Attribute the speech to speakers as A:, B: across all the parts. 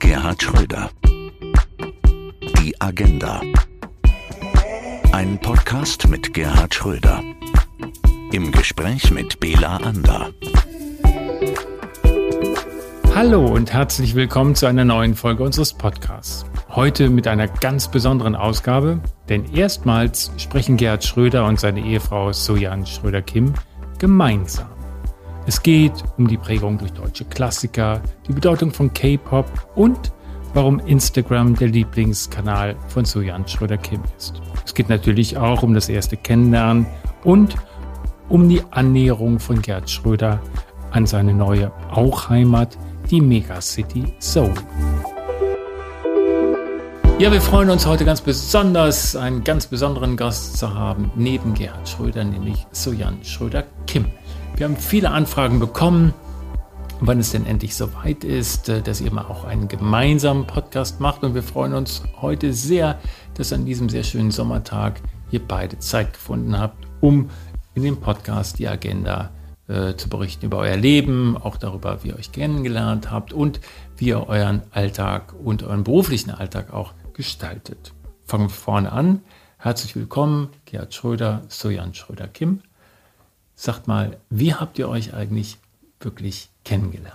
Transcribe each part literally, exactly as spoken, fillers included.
A: Gerhard Schröder. Die Agenda. Ein Podcast mit Gerhard Schröder. Im Gespräch mit Bela Ander.
B: Hallo und herzlich willkommen zu einer neuen Folge unseres Podcasts. Heute mit einer ganz besonderen Ausgabe, denn erstmals sprechen Gerhard Schröder und seine Ehefrau So-Yan Schröder-Kim gemeinsam. Es geht um die Prägung durch deutsche Klassiker, die Bedeutung von K-Pop und warum Instagram der Lieblingskanal von So-Yan Schröder-Kim ist. Es geht natürlich auch um das erste Kennenlernen und um die Annäherung von Gerhard Schröder an seine neue Auch-Heimat, die Megacity Seoul. Ja, wir freuen uns heute ganz besonders, einen ganz besonderen Gast zu haben, neben Gerhard Schröder, nämlich So-Yan Schröder-Kim. Wir haben viele Anfragen bekommen, wann es denn endlich soweit ist, dass ihr mal auch einen gemeinsamen Podcast macht. Und wir freuen uns heute sehr, dass an diesem sehr schönen Sommertag ihr beide Zeit gefunden habt, um in dem Podcast die Agenda äh, zu berichten über euer Leben, auch darüber, wie ihr euch kennengelernt habt und wie ihr euren Alltag und euren beruflichen Alltag auch gestaltet. Fangen wir vorne an. Herzlich willkommen, Gerhard Schröder, So-Yan Schröder-Kim. Sagt mal, wie habt ihr euch eigentlich wirklich kennengelernt?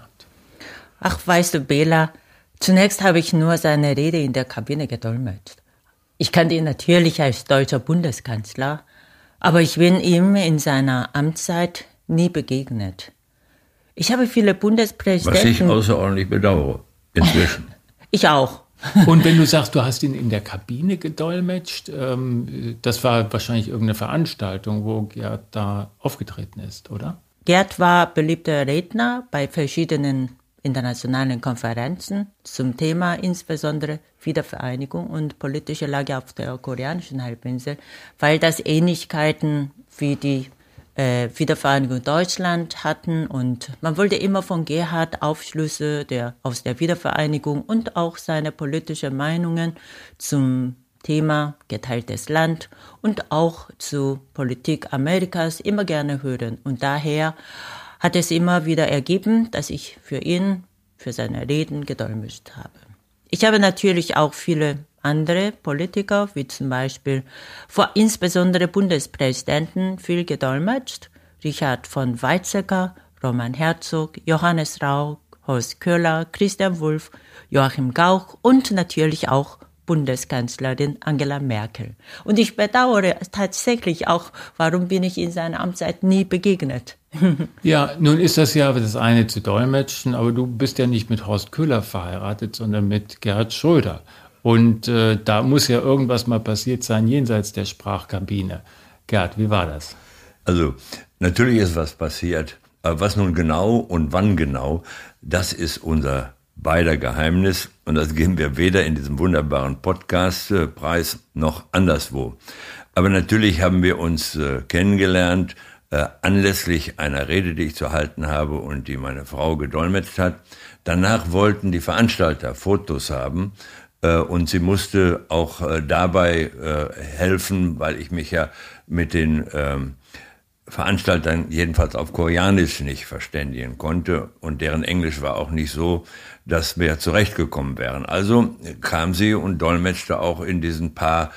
C: Ach, weißt du, Bela, zunächst habe ich nur seine Rede in der Kabine gedolmetscht. Ich kannte ihn natürlich als deutscher Bundeskanzler, aber ich bin ihm in seiner Amtszeit nie begegnet. Ich habe viele Bundespräsidenten...
D: Was ich außerordentlich bedauere, inzwischen.
C: Ich auch.
B: Und wenn du sagst, du hast ihn in der Kabine gedolmetscht, ähm, das war wahrscheinlich irgendeine Veranstaltung, wo Gerd da aufgetreten ist, oder?
C: Gerd war beliebter Redner bei verschiedenen internationalen Konferenzen zum Thema insbesondere Wiedervereinigung und politische Lage auf der koreanischen Halbinsel, weil das Ähnlichkeiten wie die äh, Wiedervereinigung Deutschland hatten und man wollte immer von Gerhard Aufschlüsse der, aus der Wiedervereinigung und auch seine politischen Meinungen zum Thema geteiltes Land und auch zu Politik Amerikas immer gerne hören. Und daher hat es immer wieder ergeben, dass ich für ihn, für seine Reden gedolmetscht habe. Ich habe natürlich auch viele andere Politiker, wie zum Beispiel vor insbesondere Bundespräsidenten, viel gedolmetscht. Richard von Weizsäcker, Roman Herzog, Johannes Rau, Horst Köhler, Christian Wulff, Joachim Gauck und natürlich auch Bundeskanzlerin Angela Merkel. Und ich bedauere tatsächlich auch, warum bin ich in seiner Amtszeit nie begegnet.
B: Ja, nun ist das ja das eine zu dolmetschen, aber du bist ja nicht mit Horst Köhler verheiratet, sondern mit Gerhard Schröder. Und äh, da muss ja irgendwas mal passiert sein, jenseits der Sprachkabine. Gerd, wie war das?
D: Also, natürlich ist was passiert. Aber was nun genau und wann genau, das ist unser beider Geheimnis. Und das geben wir weder in diesem wunderbaren Podcast-Preis noch anderswo. Aber natürlich haben wir uns äh, kennengelernt, äh, anlässlich einer Rede, die ich zu halten habe und die meine Frau gedolmetscht hat. Danach wollten die Veranstalter Fotos haben. Und sie musste auch äh, dabei äh, helfen, weil ich mich ja mit den ähm, Veranstaltern jedenfalls auf Koreanisch nicht verständigen konnte. Und deren Englisch war auch nicht so, dass wir zurechtgekommen wären. Also kam sie und dolmetschte auch in diesen paar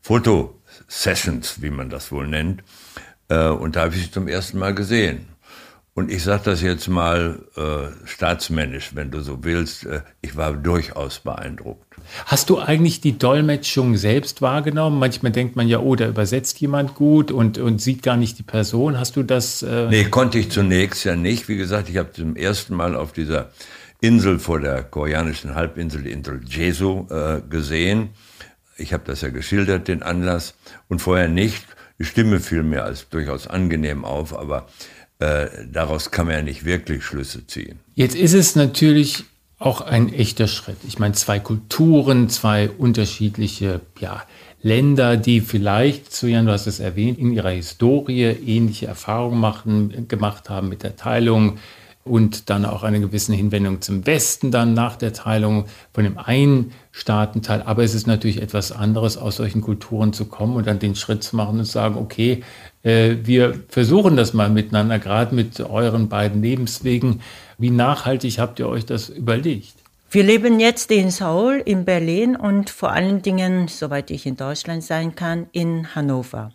D: Fotosessions, wie man das wohl nennt. Äh, und da habe ich sie zum ersten Mal gesehen. Und ich sage das jetzt mal äh, staatsmännisch, wenn du so willst. Äh, ich war durchaus beeindruckt.
B: Hast du eigentlich die Dolmetschung selbst wahrgenommen? Manchmal denkt man ja, oh, da übersetzt jemand gut und, und sieht gar nicht die Person. Hast du das? Äh
D: Nee, konnte ich zunächst ja nicht. Wie gesagt, ich habe zum ersten Mal auf dieser Insel vor der koreanischen Halbinsel, die Insel Jeju, äh, gesehen. Ich habe das ja geschildert, den Anlass. Und vorher nicht. Die Stimme fiel mir als durchaus angenehm auf, aber Äh, daraus kann man ja nicht wirklich Schlüsse ziehen.
B: Jetzt ist es natürlich auch ein echter Schritt. Ich meine, zwei Kulturen, zwei unterschiedliche ja, Länder, die vielleicht, So-Yan, du hast es erwähnt, in ihrer Historie ähnliche Erfahrungen machen, gemacht haben mit der Teilung und dann auch eine gewisse Hinwendung zum Westen dann nach der Teilung von dem einen Staatenteil. Aber es ist natürlich etwas anderes, aus solchen Kulturen zu kommen und dann den Schritt zu machen und zu sagen, okay, äh, wir versuchen das mal miteinander, gerade mit euren beiden Lebenswegen. Wie nachhaltig habt ihr euch das überlegt?
C: Wir leben jetzt in Seoul, in Berlin und vor allen Dingen, soweit ich in Deutschland sein kann, in Hannover.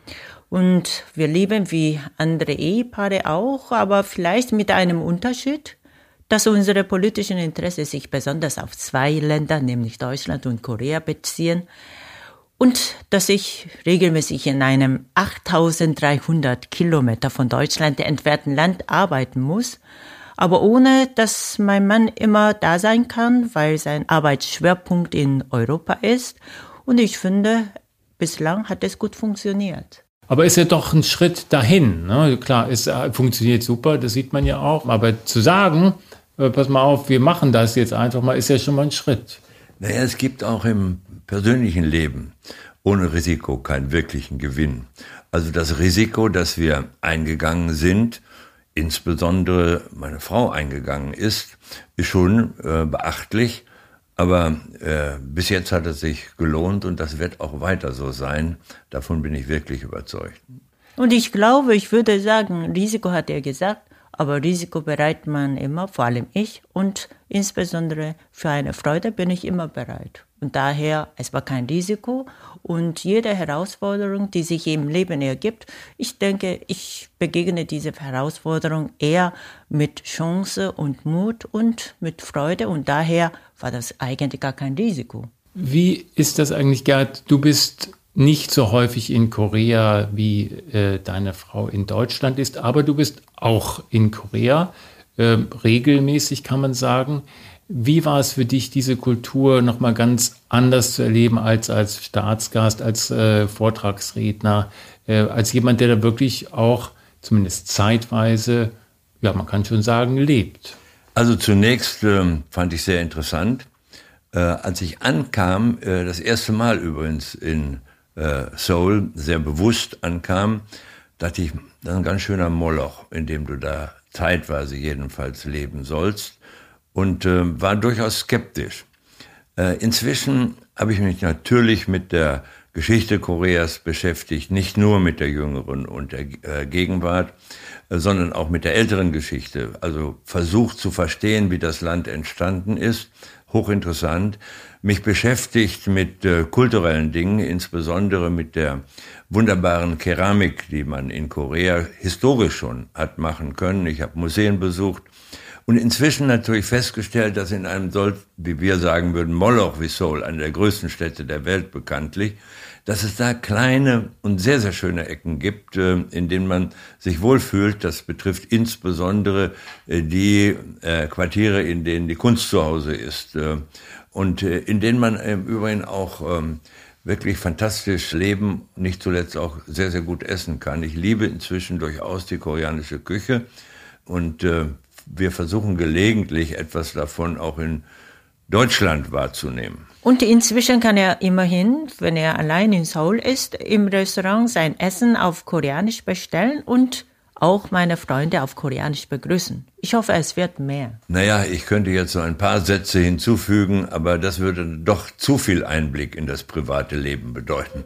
C: Und wir leben wie andere Ehepaare auch, aber vielleicht mit einem Unterschied, dass unsere politischen Interessen sich besonders auf zwei Länder, nämlich Deutschland und Korea, beziehen und dass ich regelmäßig in einem achttausenddreihundert Kilometer von Deutschland entfernten Land arbeiten muss, aber ohne, dass mein Mann immer da sein kann, weil sein Arbeitsschwerpunkt in Europa ist. Und ich finde, bislang hat es gut funktioniert.
B: Aber ist ja doch ein Schritt dahin. Ne? Klar, es funktioniert super, das sieht man ja auch. Aber zu sagen, äh, pass mal auf, wir machen das jetzt einfach mal, ist ja schon mal ein Schritt.
D: Naja, es gibt auch im persönlichen Leben ohne Risiko keinen wirklichen Gewinn. Also das Risiko, das wir eingegangen sind, insbesondere meine Frau eingegangen ist, ist schon äh, beachtlich. Aber äh, bis jetzt hat es sich gelohnt und das wird auch weiter so sein. Davon bin ich wirklich überzeugt.
C: Und ich glaube, ich würde sagen, Risiko hat er gesagt, aber Risiko bereit man immer, vor allem ich. Und insbesondere für eine Freude bin ich immer bereit. Und daher, es war kein Risiko. Und jede Herausforderung, die sich im Leben ergibt, ich denke, ich begegne diese Herausforderung eher mit Chance und Mut und mit Freude. Und daher war das eigentlich gar kein Risiko.
B: Wie ist das eigentlich, Gerd? Du bist nicht so häufig in Korea, wie äh, deine Frau in Deutschland ist, aber du bist auch in Korea, äh, regelmäßig kann man sagen. Wie war es für dich, diese Kultur nochmal ganz anders zu erleben als als Staatsgast, als äh, Vortragsredner, äh, als jemand, der da wirklich auch zumindest zeitweise, ja, man kann schon sagen, lebt?
D: Also zunächst äh, fand ich sehr interessant, äh, als ich ankam, äh, das erste Mal übrigens in äh, Seoul, sehr bewusst ankam, dachte ich, das ist ein ganz schöner Moloch, in dem du da zeitweise jedenfalls leben sollst. Und äh, war durchaus skeptisch. Äh, inzwischen habe ich mich natürlich mit der Geschichte Koreas beschäftigt, nicht nur mit der jüngeren und der äh, Gegenwart, äh, sondern auch mit der älteren Geschichte. Also versucht zu verstehen, wie das Land entstanden ist. Hochinteressant. Mich beschäftigt mit äh, kulturellen Dingen, insbesondere mit der wunderbaren Keramik, die man in Korea historisch schon hat machen können. Ich habe Museen besucht. Und inzwischen natürlich festgestellt, dass in einem solch, wie wir sagen würden, Moloch wie Seoul, einer der größten Städte der Welt bekanntlich, dass es da kleine und sehr, sehr schöne Ecken gibt, in denen man sich wohlfühlt. Das betrifft insbesondere die Quartiere, in denen die Kunst zu Hause ist und in denen man im Übrigen auch wirklich fantastisch leben, nicht zuletzt auch sehr, sehr gut essen kann. Ich liebe inzwischen durchaus die koreanische Küche und wir versuchen gelegentlich etwas davon auch in Deutschland wahrzunehmen.
C: Und inzwischen kann er immerhin, wenn er allein in Seoul ist, im Restaurant sein Essen auf Koreanisch bestellen und auch meine Freunde auf Koreanisch begrüßen. Ich hoffe, es wird mehr.
D: Naja, ich könnte jetzt noch ein paar Sätze hinzufügen, aber das würde doch zu viel Einblick in das private Leben bedeuten.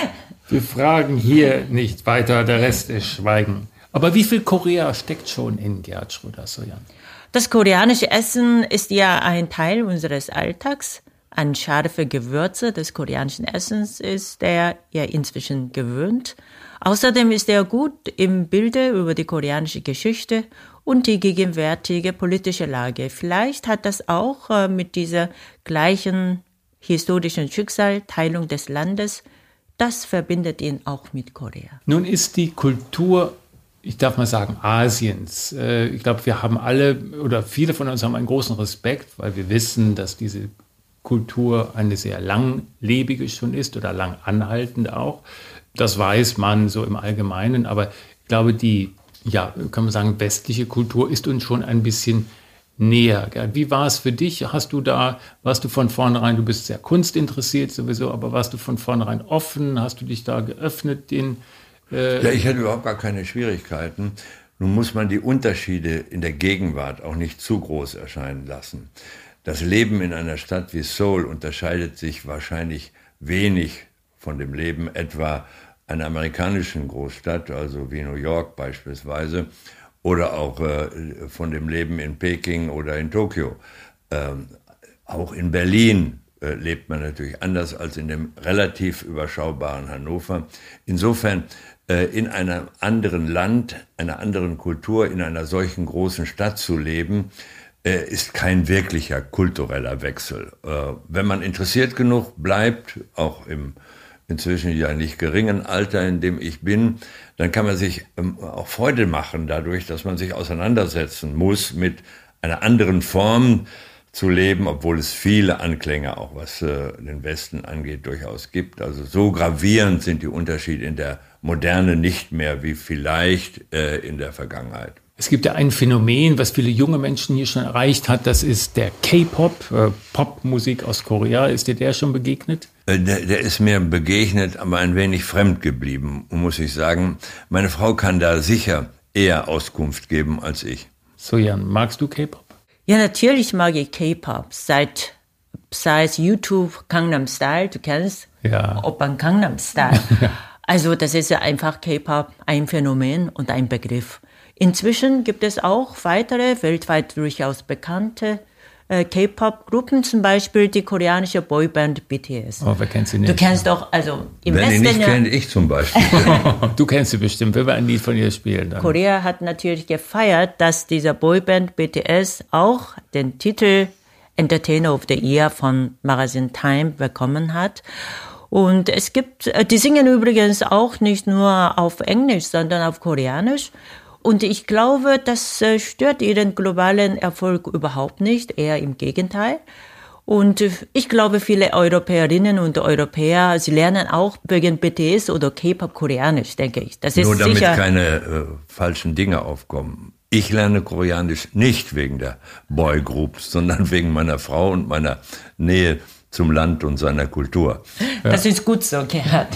B: Wir fragen hier nicht weiter, der Rest ist Schweigen. Aber wie viel Korea steckt schon in Gerd Schröder-Soyan?
C: Das koreanische Essen ist ja ein Teil unseres Alltags. An scharfe Gewürze des koreanischen Essens ist er ja inzwischen gewöhnt. Außerdem ist er gut im Bilde über die koreanische Geschichte und die gegenwärtige politische Lage. Vielleicht hat das auch äh, mit dieser gleichen historischen Schicksal, Teilung des Landes, das verbindet ihn auch mit Korea.
B: Nun ist die Kultur, ich darf mal sagen, Asiens. Ich glaube, wir haben alle oder viele von uns haben einen großen Respekt, weil wir wissen, dass diese Kultur eine sehr langlebige schon ist oder lang anhaltend auch. Das weiß man so im Allgemeinen, aber ich glaube, die, ja, kann man sagen, westliche Kultur ist uns schon ein bisschen näher. Wie war es für dich? Hast du da, warst du von vornherein, du bist sehr kunstinteressiert sowieso, aber warst du von vornherein offen? Hast du dich da geöffnet, den
D: Ja, ich hatte überhaupt gar keine Schwierigkeiten. Nun muss man die Unterschiede in der Gegenwart auch nicht zu groß erscheinen lassen. Das Leben in einer Stadt wie Seoul unterscheidet sich wahrscheinlich wenig von dem Leben etwa einer amerikanischen Großstadt, also wie New York beispielsweise, oder auch äh, von dem Leben in Peking oder in Tokio. Ähm, Auch in Berlin äh, lebt man natürlich anders als in dem relativ überschaubaren Hannover. Insofern äh, in einem anderen Land, einer anderen Kultur, in einer solchen großen Stadt zu leben, äh, ist kein wirklicher kultureller Wechsel. Äh, wenn man interessiert genug bleibt, auch im inzwischen ja nicht geringen Alter, in dem ich bin, dann kann man sich ähm, auch Freude machen dadurch, dass man sich auseinandersetzen muss mit einer anderen Form zu leben, obwohl es viele Anklänge auch, was äh, den Westen angeht, durchaus gibt. Also so gravierend sind die Unterschiede in der Moderne nicht mehr wie vielleicht äh, in der Vergangenheit.
B: Es gibt ja ein Phänomen, was viele junge Menschen hier schon erreicht hat, das ist der K-Pop, äh, Popmusik aus Korea. Ist dir der schon begegnet?
D: Der, der ist mir begegnet, aber ein wenig fremd geblieben, muss ich sagen. Meine Frau kann da sicher eher Auskunft geben als ich.
B: Soyan, magst du K-Pop?
C: Ja, natürlich mag ich K-Pop. Seit, seit YouTube Gangnam Style, du kennst?
B: Ja.
C: Oppan Gangnam Style. Also das ist ja einfach K-Pop, ein Phänomen und ein Begriff. Inzwischen gibt es auch weitere, weltweit durchaus bekannte äh, K-Pop-Gruppen, zum Beispiel die koreanische Boyband B T S.
B: Oh, wer kennt sie nicht?
C: Du kennst doch, also im
D: Wenn
C: Westen...
D: Wenn ich nicht
C: ja,
D: kenne, ich zum Beispiel.
B: Du kennst sie bestimmt, wenn wir ein Lied von ihr spielen. Dann.
C: Korea hat natürlich gefeiert, dass diese Boyband B T S auch den Titel Entertainer of the Year von Magazin Time bekommen hat. Und es gibt, die singen übrigens auch nicht nur auf Englisch, sondern auf Koreanisch. Und ich glaube, das stört ihren globalen Erfolg überhaupt nicht, eher im Gegenteil. Und ich glaube, viele Europäerinnen und Europäer, sie lernen auch wegen B T S oder K-Pop Koreanisch, denke ich. Das ist
D: Nur damit
C: sicher
D: keine äh, falschen Dinge aufkommen. Ich lerne Koreanisch nicht wegen der Boygroups, sondern wegen meiner Frau und meiner Nähe zum Land und seiner Kultur.
C: Ja. Das ist gut so, Gerhard.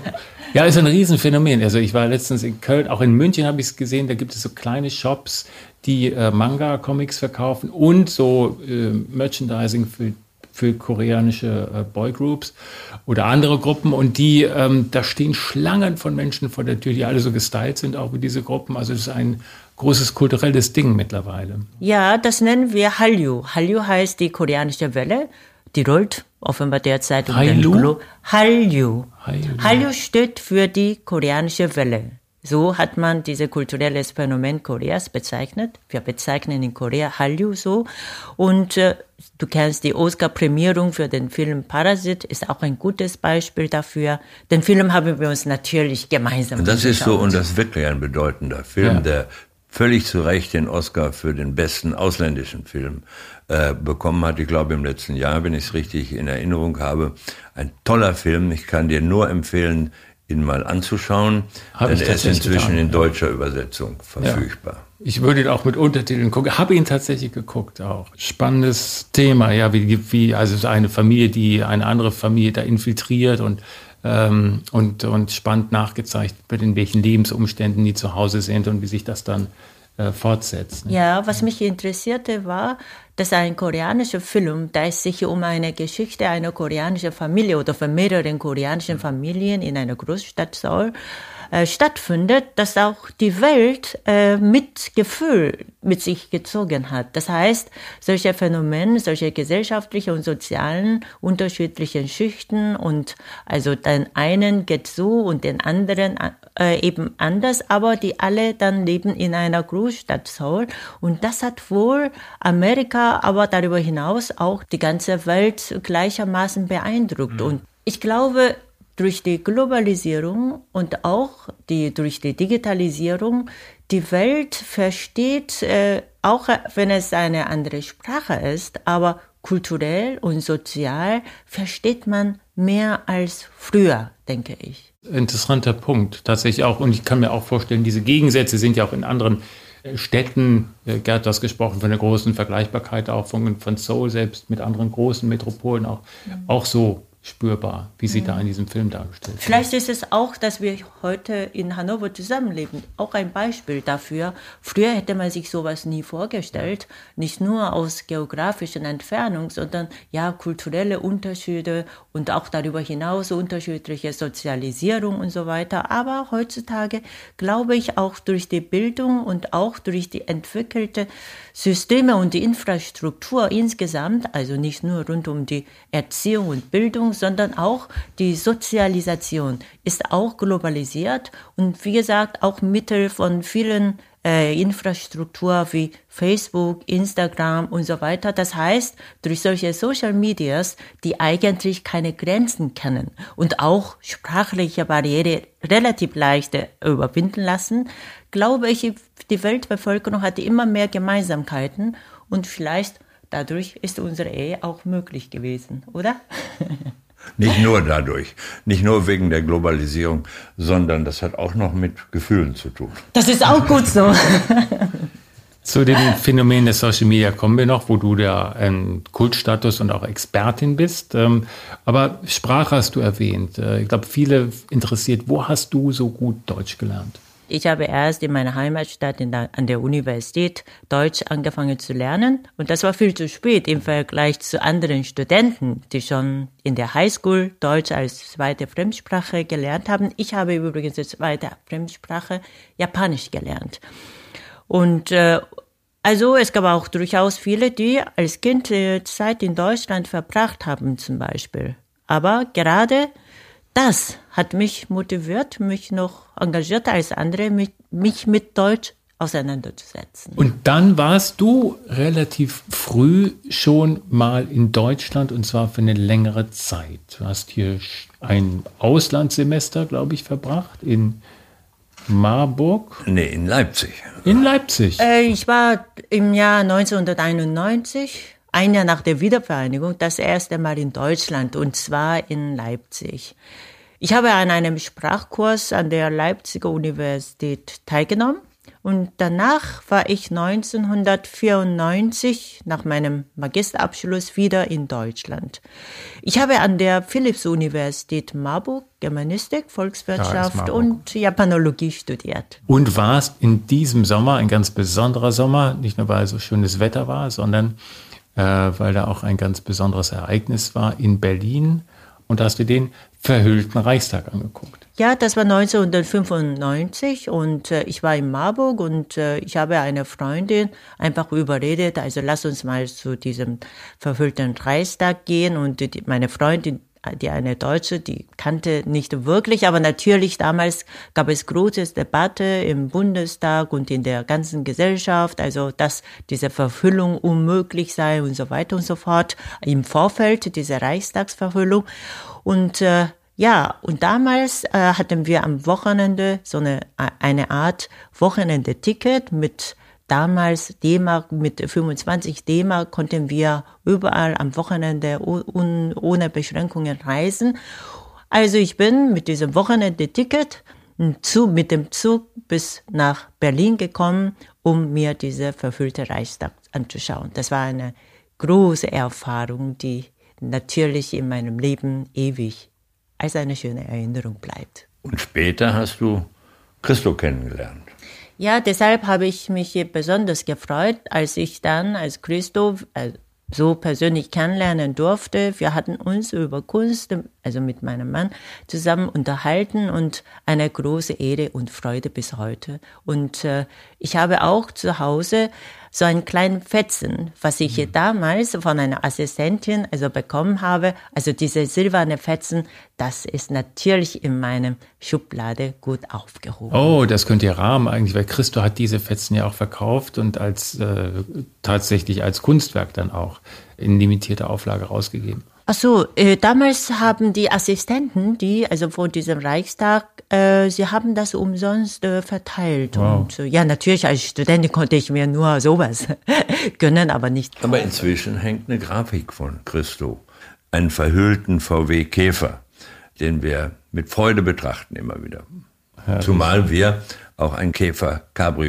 B: Ja, ist ein Riesenphänomen. Also ich war letztens in Köln, auch in München habe ich es gesehen, da gibt es so kleine Shops, die äh, Manga-Comics verkaufen und so äh, Merchandising für, für koreanische äh, Boygroups oder andere Gruppen. Und die, ähm, da stehen Schlangen von Menschen vor der Tür, die alle so gestylt sind, auch wie diese Gruppen. Also es ist ein großes kulturelles Ding mittlerweile.
C: Ja, das nennen wir Hallyu. Hallyu heißt die koreanische Welle. Die rollt offenbar derzeit um den Blue. Hallyu. Hallyu steht für die koreanische Welle. So hat man dieses kulturelle Phänomen Koreas bezeichnet. Wir bezeichnen in Korea Hallyu so. Und äh, du kennst die Oscar-Prämierung für den Film Parasit, ist auch ein gutes Beispiel dafür. Den Film haben wir uns natürlich gemeinsam
D: angeschaut. Das ist so, und das ist wirklich ein bedeutender Film,
B: ja.
D: der völlig zu Recht den Oscar für den besten ausländischen Film äh, bekommen hat. Ich glaube im letzten Jahr, wenn ich es richtig in Erinnerung habe. Ein toller Film. Ich kann dir nur empfehlen, ihn mal anzuschauen.
B: Hab
D: denn
B: ich
D: er ist inzwischen
B: getan,
D: in
B: ja.
D: deutscher Übersetzung verfügbar.
B: Ja. Ich würde ihn auch mit Untertiteln gucken. Habe ihn tatsächlich geguckt auch. Spannendes Thema, ja, wie, wie also eine Familie, die eine andere Familie da infiltriert und ähm, und und spannend nachgezeigt wird, in welchen Lebensumständen die zu Hause sind und wie sich das dann äh, fortsetzt. Ne?
C: Ja, was mich interessierte war, dass ein koreanischer Film, da es sich um eine Geschichte einer koreanischen Familie oder von mehreren koreanischen Familien in einer Großstadt Seoul äh, stattfindet, dass auch die Welt äh, mit Gefühl mit sich gezogen hat. Das heißt, solche Phänomene, solche gesellschaftlichen und sozialen unterschiedlichen Schichten und also den einen geht so und den anderen äh, eben anders, aber die alle dann leben in einer Großstadt Seoul und das hat wohl Amerika, aber darüber hinaus auch die ganze Welt gleichermaßen beeindruckt. Mhm. Und ich glaube, durch die Globalisierung und auch die, durch die Digitalisierung, die Welt versteht, äh, auch wenn es eine andere Sprache ist, aber kulturell und sozial versteht man mehr als früher, denke ich.
B: Interessanter Punkt, tatsächlich auch. Und ich kann mir auch vorstellen, diese Gegensätze sind ja auch in anderen Städten, Gerd, du hast gesprochen von der großen Vergleichbarkeit auch von, von Seoul selbst mit anderen großen Metropolen auch, mhm. auch so spürbar, wie sie mhm. da in diesem Film dargestellt wird.
C: Vielleicht ist es auch, dass wir heute in Hannover zusammenleben, auch ein Beispiel dafür. Früher hätte man sich sowas nie vorgestellt, nicht nur aus geografischen Entfernung, sondern ja kulturelle Unterschiede und auch darüber hinaus unterschiedliche Sozialisierung und so weiter. Aber heutzutage glaube ich auch durch die Bildung und auch durch die entwickelte Systeme und die Infrastruktur insgesamt, also nicht nur rund um die Erziehung und Bildung, sondern auch die Sozialisation ist auch globalisiert und wie gesagt auch Mittel von vielen äh, Infrastruktur wie Facebook, Instagram und so weiter. Das heißt, durch solche Social Medias, die eigentlich keine Grenzen kennen und auch sprachliche Barriere relativ leicht überwinden lassen, glaube ich, die Weltbevölkerung hat immer mehr Gemeinsamkeiten und vielleicht dadurch ist unsere Ehe auch möglich gewesen, oder?
D: Nicht nur dadurch, nicht nur wegen der Globalisierung, sondern das hat auch noch mit Gefühlen zu tun.
C: Das ist auch gut so.
B: Zu dem Phänomen der Social Media kommen wir noch, wo du ja einen Kultstatus und auch Expertin bist. Aber Sprache hast du erwähnt. Ich glaube, viele interessiert, wo hast du so gut Deutsch gelernt?
C: Ich habe erst in meiner Heimatstadt in der, an der Universität Deutsch angefangen zu lernen. Und das war viel zu spät im Vergleich zu anderen Studenten, die schon in der Highschool Deutsch als zweite Fremdsprache gelernt haben. Ich habe übrigens als zweite Fremdsprache Japanisch gelernt. Und äh, also es gab auch durchaus viele, die als Kind äh, Zeit in Deutschland verbracht haben zum Beispiel. Aber gerade das hat mich motiviert, mich noch engagierter als andere, mich, mich mit Deutsch auseinanderzusetzen.
B: Und dann warst du relativ früh schon mal in Deutschland und zwar für eine längere Zeit. Du hast hier ein Auslandssemester, glaube ich, verbracht in Marburg?
D: Nee, in Leipzig.
B: In Leipzig?
C: Äh, ich war im Jahr neunzehnhunderteinundneunzig, ein Jahr nach der Wiedervereinigung, das erste Mal in Deutschland und zwar in Leipzig. Ich habe an einem Sprachkurs an der Leipziger Universität teilgenommen und danach war ich neunzehnhundertvierundneunzig nach meinem Magisterabschluss wieder in Deutschland. Ich habe an der Philipps-Universität Marburg Germanistik, Volkswirtschaft und Japanologie studiert.
B: Und warst in diesem Sommer, ein ganz besonderer Sommer, nicht nur weil so schönes Wetter war, sondern äh, weil da auch ein ganz besonderes Ereignis war in Berlin. Und da hast du den verhüllten Reichstag angeguckt.
C: Ja, das war neunzehnhundertfünfundneunzig und äh, ich war in Marburg und äh, ich habe eine Freundin einfach überredet, also lass uns mal zu diesem verhüllten Reichstag gehen und die, meine Freundin, die eine Deutsche, die kannte nicht wirklich, aber natürlich damals gab es große Debatte im Bundestag und in der ganzen Gesellschaft, also dass diese Verhüllung unmöglich sei und so weiter und so fort im Vorfeld dieser Reichstagsverhüllung. Und äh, ja, und damals äh, hatten wir am Wochenende so eine, eine Art Wochenende-Ticket mit damals D-Mark, mit fünfundzwanzig D-Mark konnten wir überall am Wochenende un, ohne Beschränkungen reisen. Also ich bin mit diesem Wochenende-Ticket zu, mit dem Zug bis nach Berlin gekommen, um mir diese verfüllte Reichstag anzuschauen. Das war eine große Erfahrung, die natürlich in meinem Leben ewig als eine schöne Erinnerung bleibt.
D: Und später hast du Christo kennengelernt.
C: Ja, deshalb habe ich mich besonders gefreut, als ich dann als Christo äh, so persönlich kennenlernen durfte. Wir hatten uns über Kunst, also mit meinem Mann, zusammen unterhalten und eine große Ehre und Freude bis heute. Und äh, ich habe auch zu Hause so einen kleinen Fetzen, was ich mhm. damals von einer Assistentin also bekommen habe. Also diese silberne Fetzen, das ist natürlich in meinem Schublade gut aufgehoben.
B: Oh, das könnte ja Rahmen eigentlich, weil Christo hat diese Fetzen ja auch verkauft und als äh, tatsächlich als Kunstwerk dann auch in limitierter Auflage rausgegeben.
C: Ach so, äh, damals haben die Assistenten, die also vor diesem Reichstag, äh, sie haben das umsonst äh, verteilt.
B: Wow.
C: Und äh, ja, natürlich als Studentin konnte ich mir nur sowas gönnen, aber nicht.
D: Aber inzwischen hängt eine Grafik von Christo, einen verhüllten V W Käfer, den wir mit Freude betrachten immer wieder.
B: Ja,
D: zumal wir auch ein Käfer Cabrio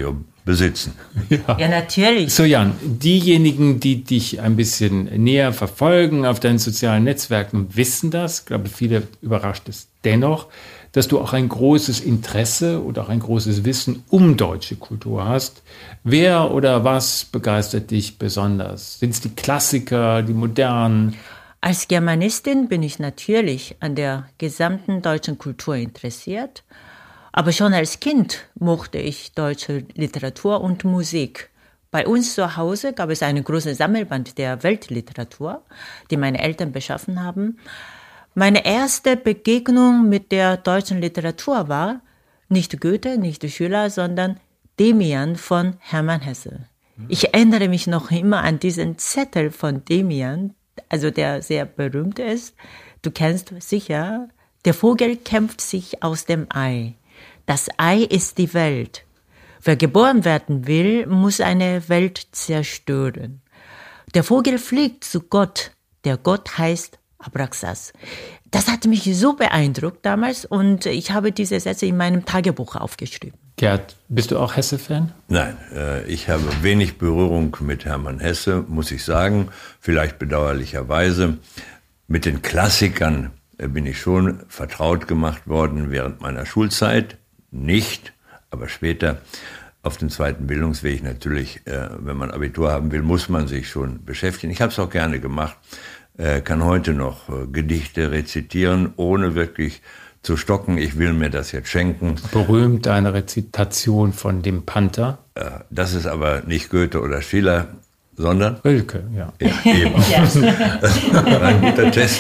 D: besitzen.
C: Ja, ja natürlich.
B: So Jan, diejenigen, die dich ein bisschen näher verfolgen auf deinen sozialen Netzwerken, wissen das. Ich glaube, viele überrascht es dennoch, dass du auch ein großes Interesse oder auch ein großes Wissen um deutsche Kultur hast. Wer oder was begeistert dich besonders? Sind es die Klassiker, die modernen?
C: Als Germanistin bin ich natürlich an der gesamten deutschen Kultur interessiert. Aber schon als Kind mochte ich deutsche Literatur und Musik. Bei uns zu Hause gab es eine große Sammelband der Weltliteratur, die meine Eltern beschaffen haben. Meine erste Begegnung mit der deutschen Literatur war nicht Goethe, nicht Schiller, sondern Demian von Hermann Hesse. Ich erinnere mich noch immer an diesen Zettel von Demian, also der sehr berühmt ist. Du kennst sicher, der Vogel kämpft sich aus dem Ei. Das Ei ist die Welt. Wer geboren werden will, muss eine Welt zerstören. Der Vogel fliegt zu Gott. Der Gott heißt Abraxas. Das hat mich so beeindruckt damals und ich habe diese Sätze in meinem Tagebuch aufgeschrieben.
B: Gerd, bist du auch Hesse-Fan?
D: Nein, ich habe wenig Berührung mit Hermann Hesse, muss ich sagen. Vielleicht bedauerlicherweise. Mit den Klassikern bin ich schon vertraut gemacht worden während meiner Schulzeit. Nicht, aber später auf dem zweiten Bildungsweg natürlich, wenn man Abitur haben will, muss man sich schon beschäftigen. Ich habe es auch gerne gemacht, kann heute noch Gedichte rezitieren, ohne wirklich zu stocken. Ich will mir das jetzt schenken.
B: Berühmt eine Rezitation von dem Panther.
D: Das ist aber nicht Goethe oder Schiller, sondern
B: Rilke, ja.
D: Ja, eben. Das war ein guter Test.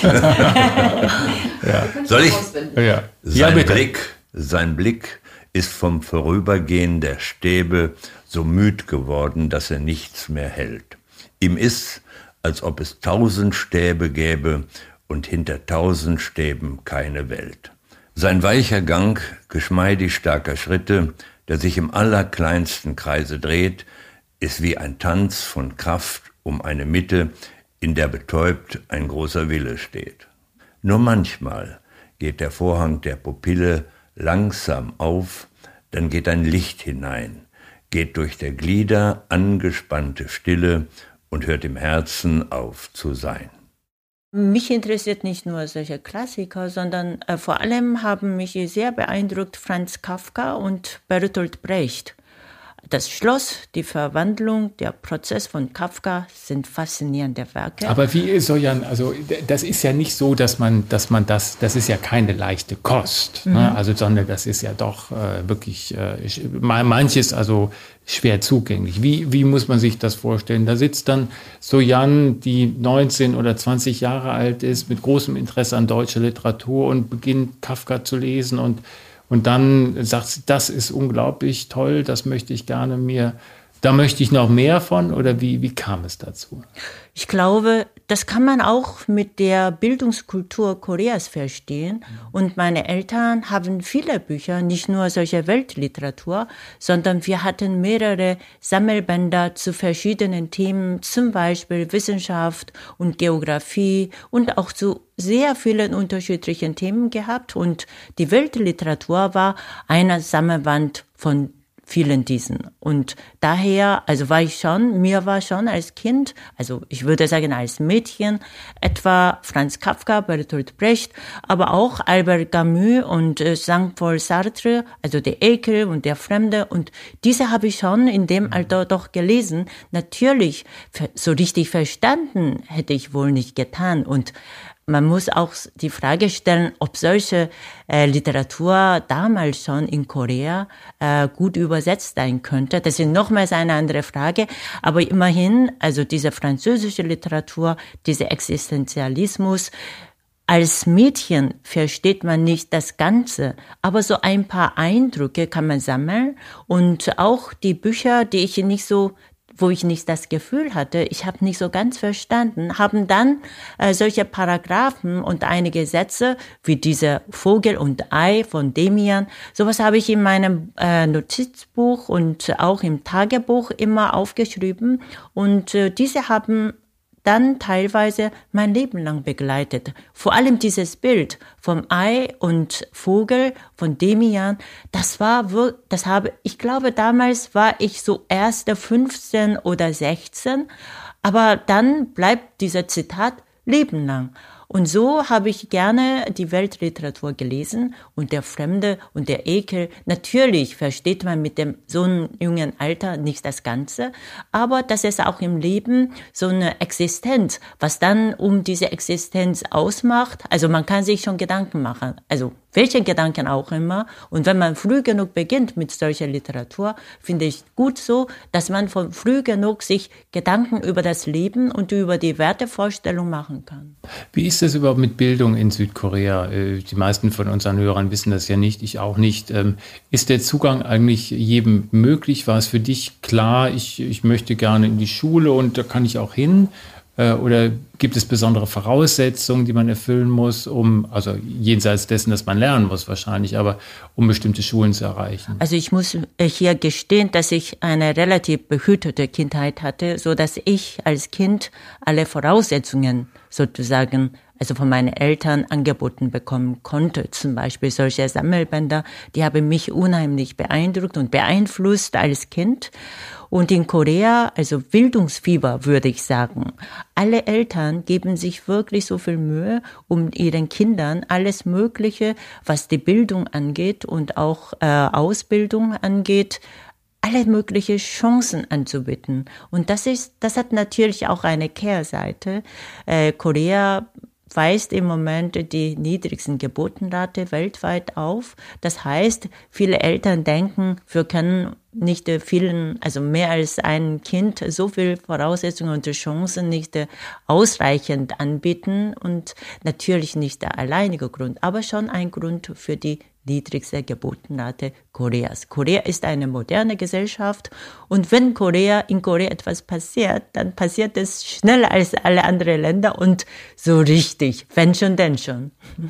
B: Ja.
D: Soll ich?
B: Ja.
D: Sein
B: Ja,
D: Blick, sein Blick ist vom Vorübergehen der Stäbe so müd geworden, dass er nichts mehr hält. Ihm ist, als ob es tausend Stäbe gäbe und hinter tausend Stäben keine Welt. Sein weicher Gang, geschmeidig starker Schritte, der sich im allerkleinsten Kreise dreht, ist wie ein Tanz von Kraft um eine Mitte, in der betäubt ein großer Wille steht. Nur manchmal geht der Vorhang der Pupille langsam auf, dann geht ein Licht hinein, geht durch der Glieder angespannte Stille und hört im Herzen auf zu sein.
C: Mich interessiert nicht nur solche Klassiker, sondern äh, vor allem haben mich sehr beeindruckt Franz Kafka und Bertolt Brecht. Das Schloss, die Verwandlung, der Prozess von Kafka sind faszinierende Werke.
B: Aber wie ist so, Jan, also das ist ja nicht so, dass man, dass man das, das ist ja keine leichte Kost, mhm. ne? Also, sondern das ist ja doch äh, wirklich äh, manches also schwer zugänglich. Wie, wie muss man sich das vorstellen? Da sitzt dann so Jan, die neunzehn oder zwanzig Jahre alt ist, mit großem Interesse an deutscher Literatur und beginnt Kafka zu lesen und Und dann sagt sie, das ist unglaublich toll, das möchte ich gerne mir, da möchte ich noch mehr von, oder wie, wie kam es dazu?
C: Ich glaube, das kann man auch mit der Bildungskultur Koreas verstehen. Und meine Eltern haben viele Bücher, nicht nur solche Weltliteratur, sondern wir hatten mehrere Sammelbänder zu verschiedenen Themen, zum Beispiel Wissenschaft und Geografie und auch zu sehr vielen unterschiedlichen Themen gehabt. Und die Weltliteratur war ein Sammelband von vielen diesen. Und daher, also war ich schon, mir war schon als Kind, also ich würde sagen als Mädchen, etwa Franz Kafka, Bertolt Brecht, aber auch Albert Camus und äh, Jean-Paul Sartre, also der Ekel und der Fremde. Und diese habe ich schon in dem Alter doch gelesen. Natürlich, so richtig verstanden hätte ich wohl nicht getan. Und man muss auch die Frage stellen, ob solche äh, Literatur damals schon in Korea äh, gut übersetzt sein könnte. Das ist nochmals eine andere Frage. Aber immerhin, also diese französische Literatur, dieser Existenzialismus, als Mädchen versteht man nicht das Ganze, aber so ein paar Eindrücke kann man sammeln. Und auch die Bücher, die ich nicht so wo ich nicht das Gefühl hatte, ich habe nicht so ganz verstanden, haben dann äh, solche Paragraphen und einige Sätze wie diese Vogel und Ei von Demian, sowas habe ich in meinem äh, Notizbuch und auch im Tagebuch immer aufgeschrieben und äh, diese haben dann teilweise mein Leben lang begleitet. Vor allem dieses Bild vom Ei und Vogel von Demian, das war wirklich, das habe, ich glaube, damals war ich so erst fünfzehn oder sechzehn, aber dann bleibt dieser Zitat Leben lang. Und so habe ich gerne die Weltliteratur gelesen und der Fremde und der Ekel. Natürlich versteht man mit dem so einem jungen Alter nicht das Ganze, aber das ist auch im Leben so eine Existenz, was dann um diese Existenz ausmacht. Also man kann sich schon Gedanken machen, also welche Gedanken auch immer. Und wenn man früh genug beginnt mit solcher Literatur, finde ich gut so, dass man von früh genug sich Gedanken über das Leben und über die Wertevorstellung machen kann.
B: Wie ist das überhaupt mit Bildung in Südkorea? Die meisten von unseren Hörern wissen das ja nicht, ich auch nicht. Ist der Zugang eigentlich jedem möglich? War es für dich klar, ich, ich möchte gerne in die Schule und da kann ich auch hin? Oder gibt es besondere Voraussetzungen, die man erfüllen muss, um, also jenseits dessen, dass man lernen muss wahrscheinlich, aber um bestimmte Schulen zu erreichen?
C: Also ich muss hier gestehen, dass ich eine relativ behütete Kindheit hatte, so dass ich als Kind alle Voraussetzungen sozusagen, also von meinen Eltern angeboten bekommen konnte. Zum Beispiel solche Sammelbänder, die haben mich unheimlich beeindruckt und beeinflusst als Kind. Und in Korea, also Bildungsfieber, würde ich sagen. Alle Eltern geben sich wirklich so viel Mühe, um ihren Kindern alles Mögliche, was die Bildung angeht und auch äh, Ausbildung angeht, alle möglichen Chancen anzubieten. Und das ist, das hat natürlich auch eine Kehrseite. Äh, Korea weist im Moment die niedrigsten Geburtenrate weltweit auf. Das heißt, viele Eltern denken, wir können nicht vielen, also mehr als ein Kind so viel Voraussetzungen und Chancen nicht ausreichend anbieten und natürlich nicht der alleinige Grund, aber schon ein Grund für die niedrigste Geburtenrate Koreas. Korea ist eine moderne Gesellschaft und wenn Korea, in Korea etwas passiert, dann passiert es schneller als alle anderen Länder und so richtig, wenn schon, denn schon.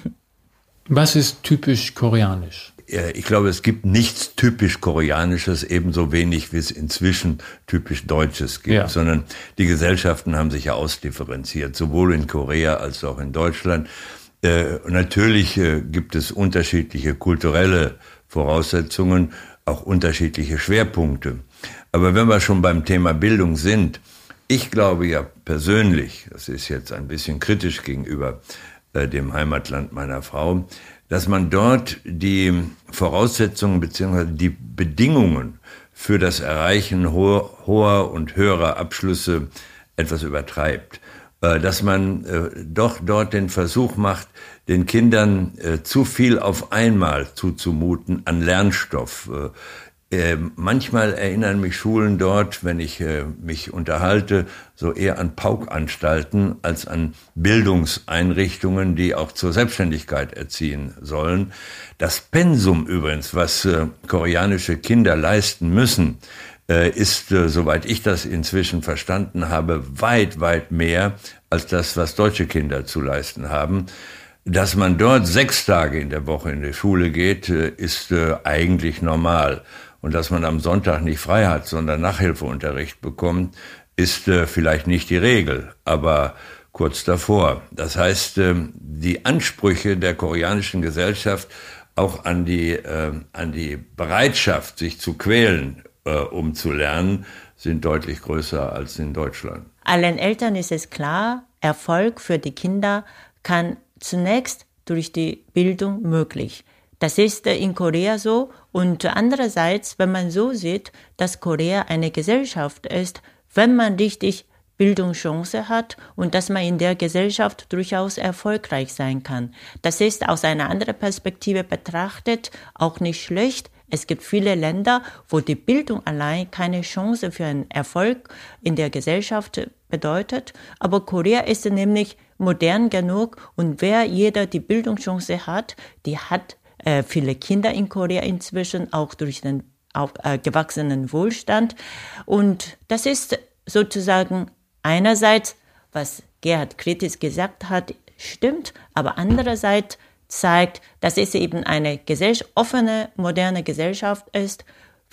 B: Was ist typisch koreanisch?
D: Ich glaube, es gibt nichts typisch Koreanisches, ebenso wenig wie es inzwischen typisch Deutsches gibt, ja. Sondern die Gesellschaften haben sich ja ausdifferenziert, sowohl in Korea als auch in Deutschland. Äh, natürlich äh, gibt es unterschiedliche kulturelle Voraussetzungen, auch unterschiedliche Schwerpunkte. Aber wenn wir schon beim Thema Bildung sind, ich glaube ja persönlich, das ist jetzt ein bisschen kritisch gegenüber äh, dem Heimatland meiner Frau, dass man dort die Voraussetzungen bzw. die Bedingungen für das Erreichen hoher, hoher und höherer Abschlüsse etwas übertreibt. Dass man äh, doch dort den Versuch macht, den Kindern äh, zu viel auf einmal zuzumuten an Lernstoff. Äh, äh, manchmal erinnern mich Schulen dort, wenn ich äh, mich unterhalte, so eher an Paukanstalten als an Bildungseinrichtungen, die auch zur Selbstständigkeit erziehen sollen. Das Pensum übrigens, was äh, koreanische Kinder leisten müssen, ist, soweit ich das inzwischen verstanden habe, weit, weit mehr als das, was deutsche Kinder zu leisten haben. Dass man dort sechs Tage in der Woche in die Schule geht, ist eigentlich normal. Und dass man am Sonntag nicht frei hat, sondern Nachhilfeunterricht bekommt, ist vielleicht nicht die Regel, aber kurz davor. Das heißt, die Ansprüche der koreanischen Gesellschaft auch an die, an die Bereitschaft, sich zu quälen, um zu lernen, sind deutlich größer als in Deutschland.
C: Allen Eltern ist es klar, Erfolg für die Kinder kann zunächst durch die Bildung möglich. Das ist in Korea so. Und andererseits, wenn man so sieht, dass Korea eine Gesellschaft ist, wenn man richtig Bildungschance hat und dass man in der Gesellschaft durchaus erfolgreich sein kann. Das ist aus einer anderen Perspektive betrachtet auch nicht schlecht. Es gibt viele Länder, wo die Bildung allein keine Chance für einen Erfolg in der Gesellschaft bedeutet. Aber Korea ist nämlich modern genug und wer jeder die Bildungschance hat, die hat äh, viele Kinder in Korea inzwischen, auch durch den auch, äh, gewachsenen Wohlstand. Und das ist sozusagen einerseits, was Gerhard kritisch gesagt hat, stimmt, aber andererseits zeigt, dass es eben eine Gesell- offene, moderne Gesellschaft ist.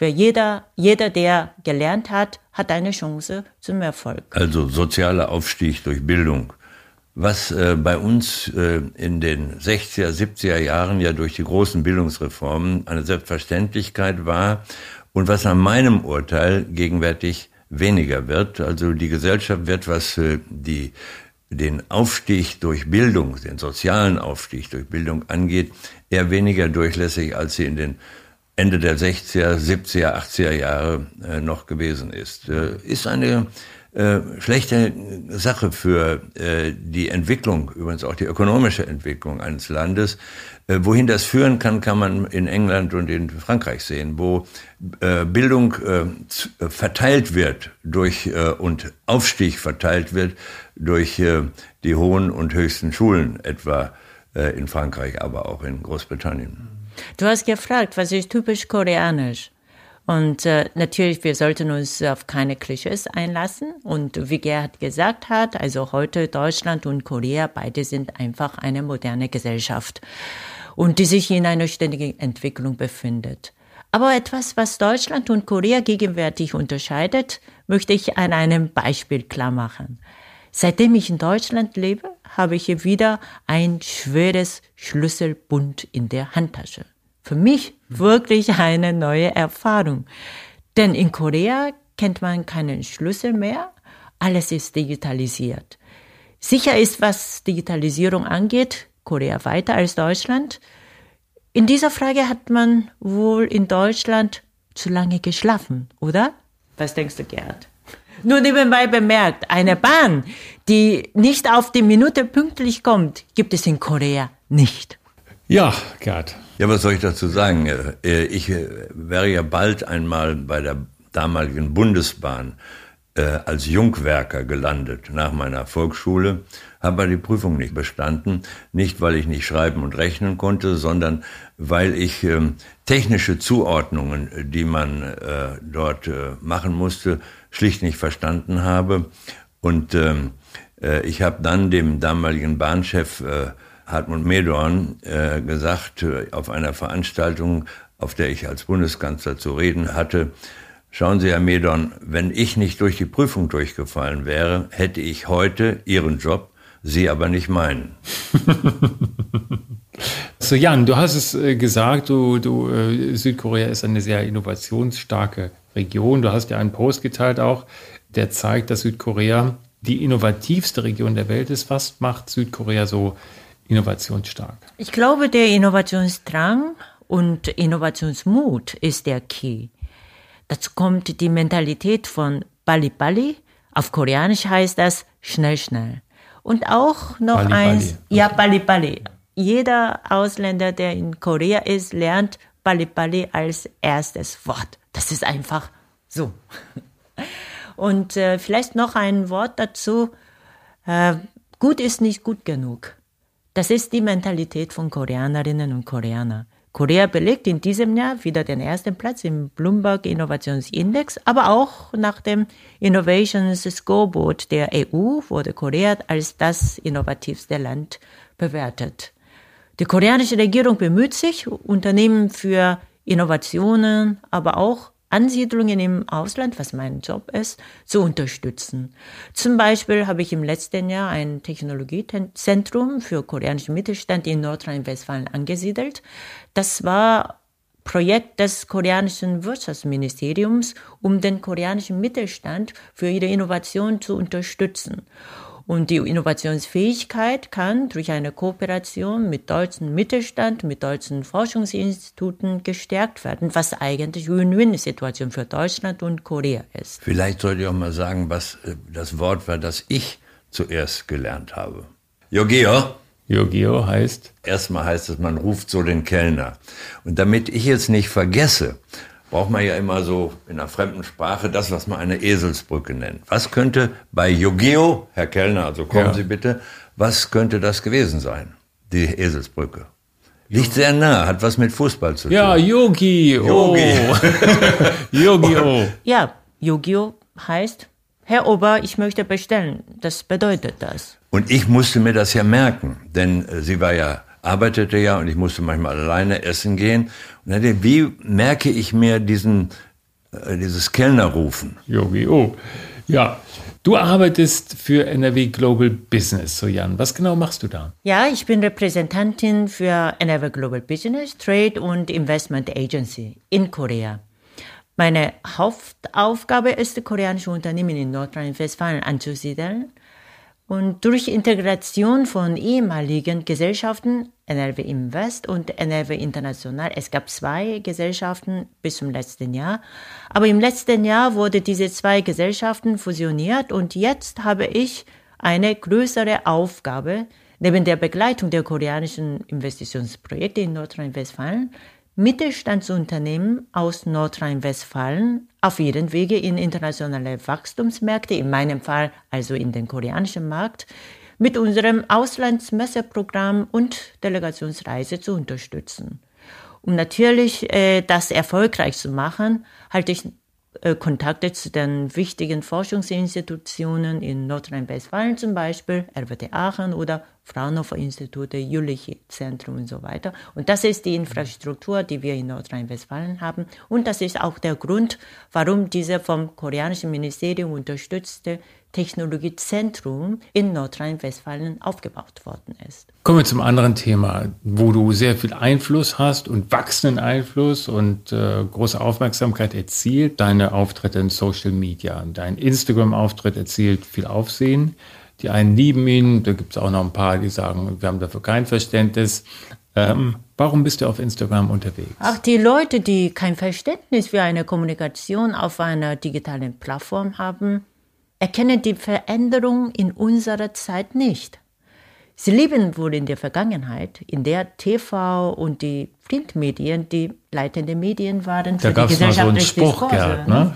C: Für jeder, jeder, der gelernt hat, hat eine Chance zum Erfolg.
D: Also sozialer Aufstieg durch Bildung. Was äh, bei uns äh, in den sechziger, siebziger Jahren ja durch die großen Bildungsreformen eine Selbstverständlichkeit war und was nach meinem Urteil gegenwärtig weniger wird. Also die Gesellschaft wird, was äh, die, den Aufstieg durch Bildung, den sozialen Aufstieg durch Bildung angeht, eher weniger durchlässig, als sie in den Ende der sechziger, siebziger, achtziger Jahre äh, noch gewesen ist. Äh, ist eine äh, schlechte Sache für äh, die Entwicklung, übrigens auch die ökonomische Entwicklung eines Landes. Äh, wohin das führen kann, kann man in England und in Frankreich sehen, wo äh, Bildung äh, verteilt wird durch äh, und Aufstieg verteilt wird durch äh, die hohen und höchsten Schulen, etwa äh, in Frankreich, aber auch in Großbritannien.
C: Du hast gefragt, was ist typisch koreanisch? Und äh, natürlich, wir sollten uns auf keine Klischees einlassen. Und wie Gerhard gesagt hat, also heute Deutschland und Korea, beide sind einfach eine moderne Gesellschaft und die sich in einer ständigen Entwicklung befindet. Aber etwas, was Deutschland und Korea gegenwärtig unterscheidet, möchte ich an einem Beispiel klar machen. Seitdem ich in Deutschland lebe, habe ich wieder ein schweres Schlüsselbund in der Handtasche. Für mich wirklich eine neue Erfahrung. Denn in Korea kennt man keinen Schlüssel mehr. Alles ist digitalisiert. Sicher ist, was Digitalisierung angeht, Korea weiter als Deutschland. In dieser Frage hat man wohl in Deutschland zu lange geschlafen, oder? Was denkst du, Gerhard? Nur nebenbei bemerkt, eine Bahn, die nicht auf die Minute pünktlich kommt, gibt es in Korea nicht.
B: Ja, Gerhard.
D: Ja, was soll ich dazu sagen? Ich wäre ja bald einmal bei der damaligen Bundesbahn als Jungwerker gelandet nach meiner Volksschule, habe aber die Prüfung nicht bestanden. Nicht, weil ich nicht schreiben und rechnen konnte, sondern weil ich technische Zuordnungen, die man dort machen musste, schlicht nicht verstanden habe. Und ich habe dann dem damaligen Bahnchef Hartmut Medorn äh, gesagt, äh, auf einer Veranstaltung, auf der ich als Bundeskanzler zu reden hatte, schauen Sie, Herr Medorn, wenn ich nicht durch die Prüfung durchgefallen wäre, hätte ich heute Ihren Job, Sie aber nicht meinen.
B: So Jan, du hast es äh, gesagt, du, du, äh, Südkorea ist eine sehr innovationsstarke Region. Du hast ja einen Post geteilt auch, der zeigt, dass Südkorea die innovativste Region der Welt ist. Was macht Südkorea so innovationsstark?
C: Ich glaube, der Innovationsdrang und Innovationsmut ist der Key. Dazu kommt die Mentalität von Bali Bali. Auf Koreanisch heißt das schnell, schnell. Und auch noch Bali, eins, Bali. ja, Bali Bali. Jeder Ausländer, der in Korea ist, lernt Bali Bali als erstes Wort. Das ist einfach so. Und äh, vielleicht noch ein Wort dazu. Äh, gut ist nicht gut genug. Das ist die Mentalität von Koreanerinnen und Koreanern. Korea belegt in diesem Jahr wieder den ersten Platz im Bloomberg Innovationsindex, aber auch nach dem Innovations Scoreboard der E U wurde Korea als das innovativste Land bewertet. Die koreanische Regierung bemüht sich, Unternehmen für Innovationen, aber auch Ansiedlungen im Ausland, was mein Job ist, zu unterstützen. Zum Beispiel habe ich im letzten Jahr ein Technologiezentrum für koreanischen Mittelstand in Nordrhein-Westfalen angesiedelt. Das war Projekt des koreanischen Wirtschaftsministeriums, um den koreanischen Mittelstand für ihre Innovation zu unterstützen. Und die Innovationsfähigkeit kann durch eine Kooperation mit deutschen Mittelstand, mit deutschen Forschungsinstituten gestärkt werden, was eigentlich eine Win-Win-Situation für Deutschland und Korea ist.
D: Vielleicht sollte ich auch mal sagen, was das Wort war, das ich zuerst gelernt habe. Yogeo.
B: Yogeo heißt?
D: Erstmal heißt es, man ruft so den Kellner. Und damit ich jetzt nicht vergesse, braucht man ja immer so in einer fremden Sprache das, was man eine Eselsbrücke nennt. Was könnte bei Yogeo, Herr Kellner, also kommen ja. Sie bitte, was könnte das gewesen sein, die Eselsbrücke? Liegt sehr nah, hat was mit Fußball zu tun.
B: Ja, Yogi-Oh. Yogi-Oh.
C: Ja, Yogi-Oh heißt, Herr Ober, ich möchte bestellen. Das bedeutet das.
D: Und ich musste mir das ja merken, denn äh, sie war ja, arbeitete ja und ich musste manchmal alleine essen gehen. Und dann, wie merke ich mir diesen äh, dieses Kellnerrufen.
B: Yogi, oh. Ja, du arbeitest für N R W Global Business, so Jan. Was genau machst du da?
C: Ja, ich bin Repräsentantin für N R W Global Business, Trade und Investment Agency in Korea. Meine Hauptaufgabe ist, koreanische Unternehmen in Nordrhein-Westfalen anzusiedeln und durch Integration von ehemaligen Gesellschaften, N R W Invest und N R W International, es gab zwei Gesellschaften bis zum letzten Jahr, aber im letzten Jahr wurde diese zwei Gesellschaften fusioniert und jetzt habe ich eine größere Aufgabe, neben der Begleitung der koreanischen Investitionsprojekte in Nordrhein-Westfalen, Mittelstandsunternehmen aus Nordrhein-Westfalen auf ihren Wege in internationale Wachstumsmärkte, in meinem Fall also in den koreanischen Markt, mit unserem Auslandsmesseprogramm und Delegationsreise zu unterstützen. Um natürlich äh, das erfolgreich zu machen, halte ich äh, Kontakte zu den wichtigen Forschungsinstitutionen in Nordrhein-Westfalen, zum Beispiel R W T Aachen oder Fraunhofer-Institute, Jülich-Zentrum und so weiter. Und das ist die Infrastruktur, die wir in Nordrhein-Westfalen haben. Und das ist auch der Grund, warum diese vom koreanischen Ministerium unterstützte Technologiezentrum in Nordrhein-Westfalen aufgebaut worden ist.
B: Kommen wir zum anderen Thema, wo du sehr viel Einfluss hast und wachsenden Einfluss und äh, große Aufmerksamkeit erzielt. Deine Auftritte in Social Media, dein Instagram-Auftritt erzielt viel Aufsehen. Die einen lieben ihn, da gibt es auch noch ein paar, die sagen, wir haben dafür kein Verständnis. Ähm, warum bist du auf Instagram unterwegs?
C: Auch die Leute, die kein Verständnis für eine Kommunikation auf einer digitalen Plattform haben, erkennen die Veränderung in unserer Zeit nicht. Sie leben wohl in der Vergangenheit, in der T V und die Printmedien die leitenden Medien waren für
B: da
C: die gesellschaftliche
B: Spruch, Gerd, ne?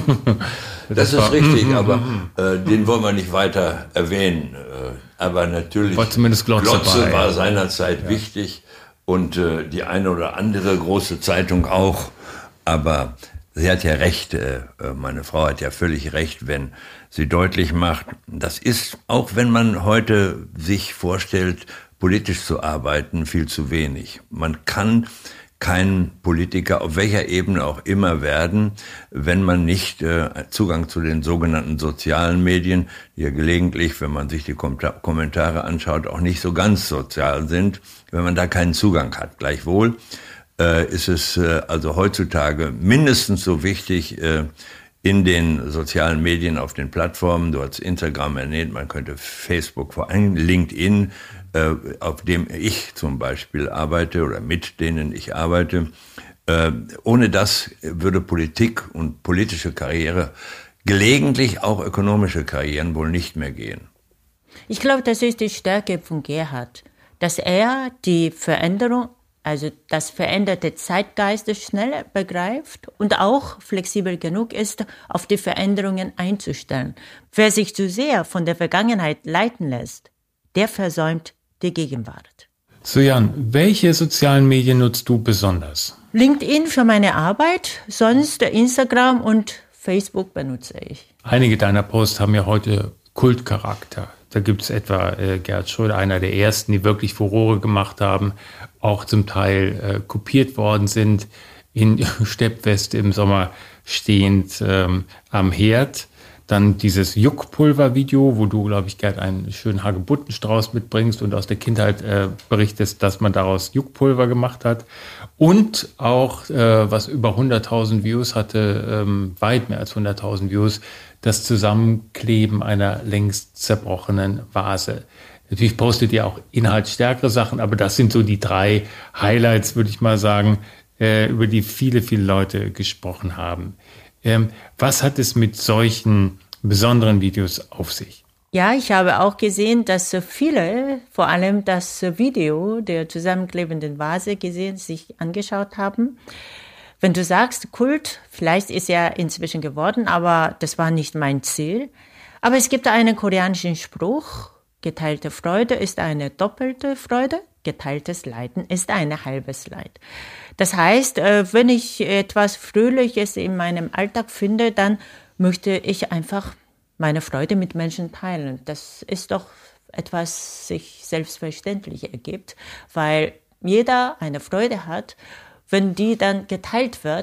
D: Das, das ist richtig, aber äh, den wollen wir nicht weiter erwähnen. Äh, aber natürlich,
B: war zumindest Glotze,
D: Glotze
B: bei,
D: war
B: ja.
D: seinerzeit ja. wichtig und äh, die eine oder andere große Zeitung auch. Aber sie hat ja recht, äh, meine Frau hat ja völlig recht, wenn sie deutlich macht, das ist, auch wenn man heute sich vorstellt, politisch zu arbeiten, viel zu wenig. Man kann kein Politiker auf welcher Ebene auch immer werden, wenn man nicht äh, Zugang zu den sogenannten sozialen Medien, die ja gelegentlich, wenn man sich die Kom- Kommentare anschaut, auch nicht so ganz sozial sind, wenn man da keinen Zugang hat. Gleichwohl äh, ist es äh, also heutzutage mindestens so wichtig, äh, in den sozialen Medien, auf den Plattformen, du hast Instagram erwähnt, man könnte Facebook, vor allem LinkedIn, äh, auf dem ich zum Beispiel arbeite oder mit denen ich arbeite. Äh, ohne das würde Politik und politische Karriere, gelegentlich auch ökonomische Karrieren wohl nicht mehr gehen.
C: Ich glaube, das ist die Stärke von Gerhard, dass er die Veränderung, also das veränderte Zeitgeist schnell begreift und auch flexibel genug ist, auf die Veränderungen einzustellen. Wer sich zu sehr von der Vergangenheit leiten lässt, der versäumt die Gegenwart.
B: So Jan, welche sozialen Medien nutzt du besonders?
C: LinkedIn für meine Arbeit, sonst Instagram und Facebook benutze ich.
B: Einige deiner Posts haben ja heute Kultcharakter. Da gibt es etwa äh, Gerhard Schröder, einer der ersten, die wirklich Furore gemacht haben, auch zum Teil äh, kopiert worden sind, in Steppweste im Sommer stehend ähm, am Herd. Dann dieses Juckpulver-Video, wo du, glaube ich, Gerd, einen schönen Hagebuttenstrauß mitbringst und aus der Kindheit äh, berichtest, dass man daraus Juckpulver gemacht hat. Und auch, äh, was über hunderttausend Views hatte, ähm, weit mehr als hunderttausend Views, das Zusammenkleben einer längst zerbrochenen Vase. Natürlich postet ihr auch inhaltsstärkere Sachen, aber das sind so die drei Highlights, würde ich mal sagen, äh, über die viele, viele Leute gesprochen haben. Ähm, was hat es mit solchen besonderen Videos auf sich?
C: Ja, ich habe auch gesehen, dass viele vor allem das Video der zusammenklebenden Vase gesehen, sich angeschaut haben. Wenn du sagst Kult, vielleicht ist er inzwischen geworden, aber das war nicht mein Ziel. Aber es gibt einen koreanischen Spruch, geteilte Freude ist eine doppelte Freude, geteiltes Leiden ist ein halbes Leid. Das heißt, wenn ich etwas Fröhliches in meinem Alltag finde, dann möchte ich einfach meine Freude mit Menschen teilen. Das ist doch etwas, sich selbstverständlich ergibt, weil jeder eine Freude hat. Wenn die dann geteilt wird,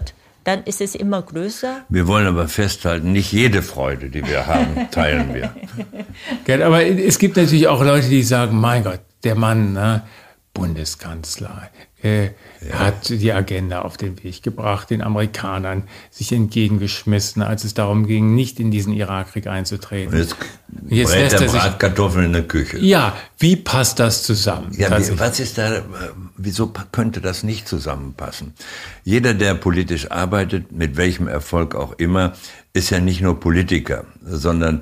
C: dann ist es immer größer.
D: Wir wollen aber festhalten, nicht jede Freude, die wir haben, teilen wir.
B: Gerd, aber es gibt natürlich auch Leute, die sagen, mein Gott, der Mann, ne, Bundeskanzler, äh, ja. hat die Agenda auf den Weg gebracht, den Amerikanern sich entgegengeschmissen, als es darum ging, nicht in diesen Irakkrieg einzutreten.
D: Und jetzt,
B: jetzt
D: brät
B: lässt
D: der
B: er sich
D: Bratkartoffeln in der Küche.
B: Ja, wie passt das zusammen?
D: Ja, wie, was ist da, wieso könnte das nicht zusammenpassen? Jeder, der politisch arbeitet, mit welchem Erfolg auch immer, ist ja nicht nur Politiker, sondern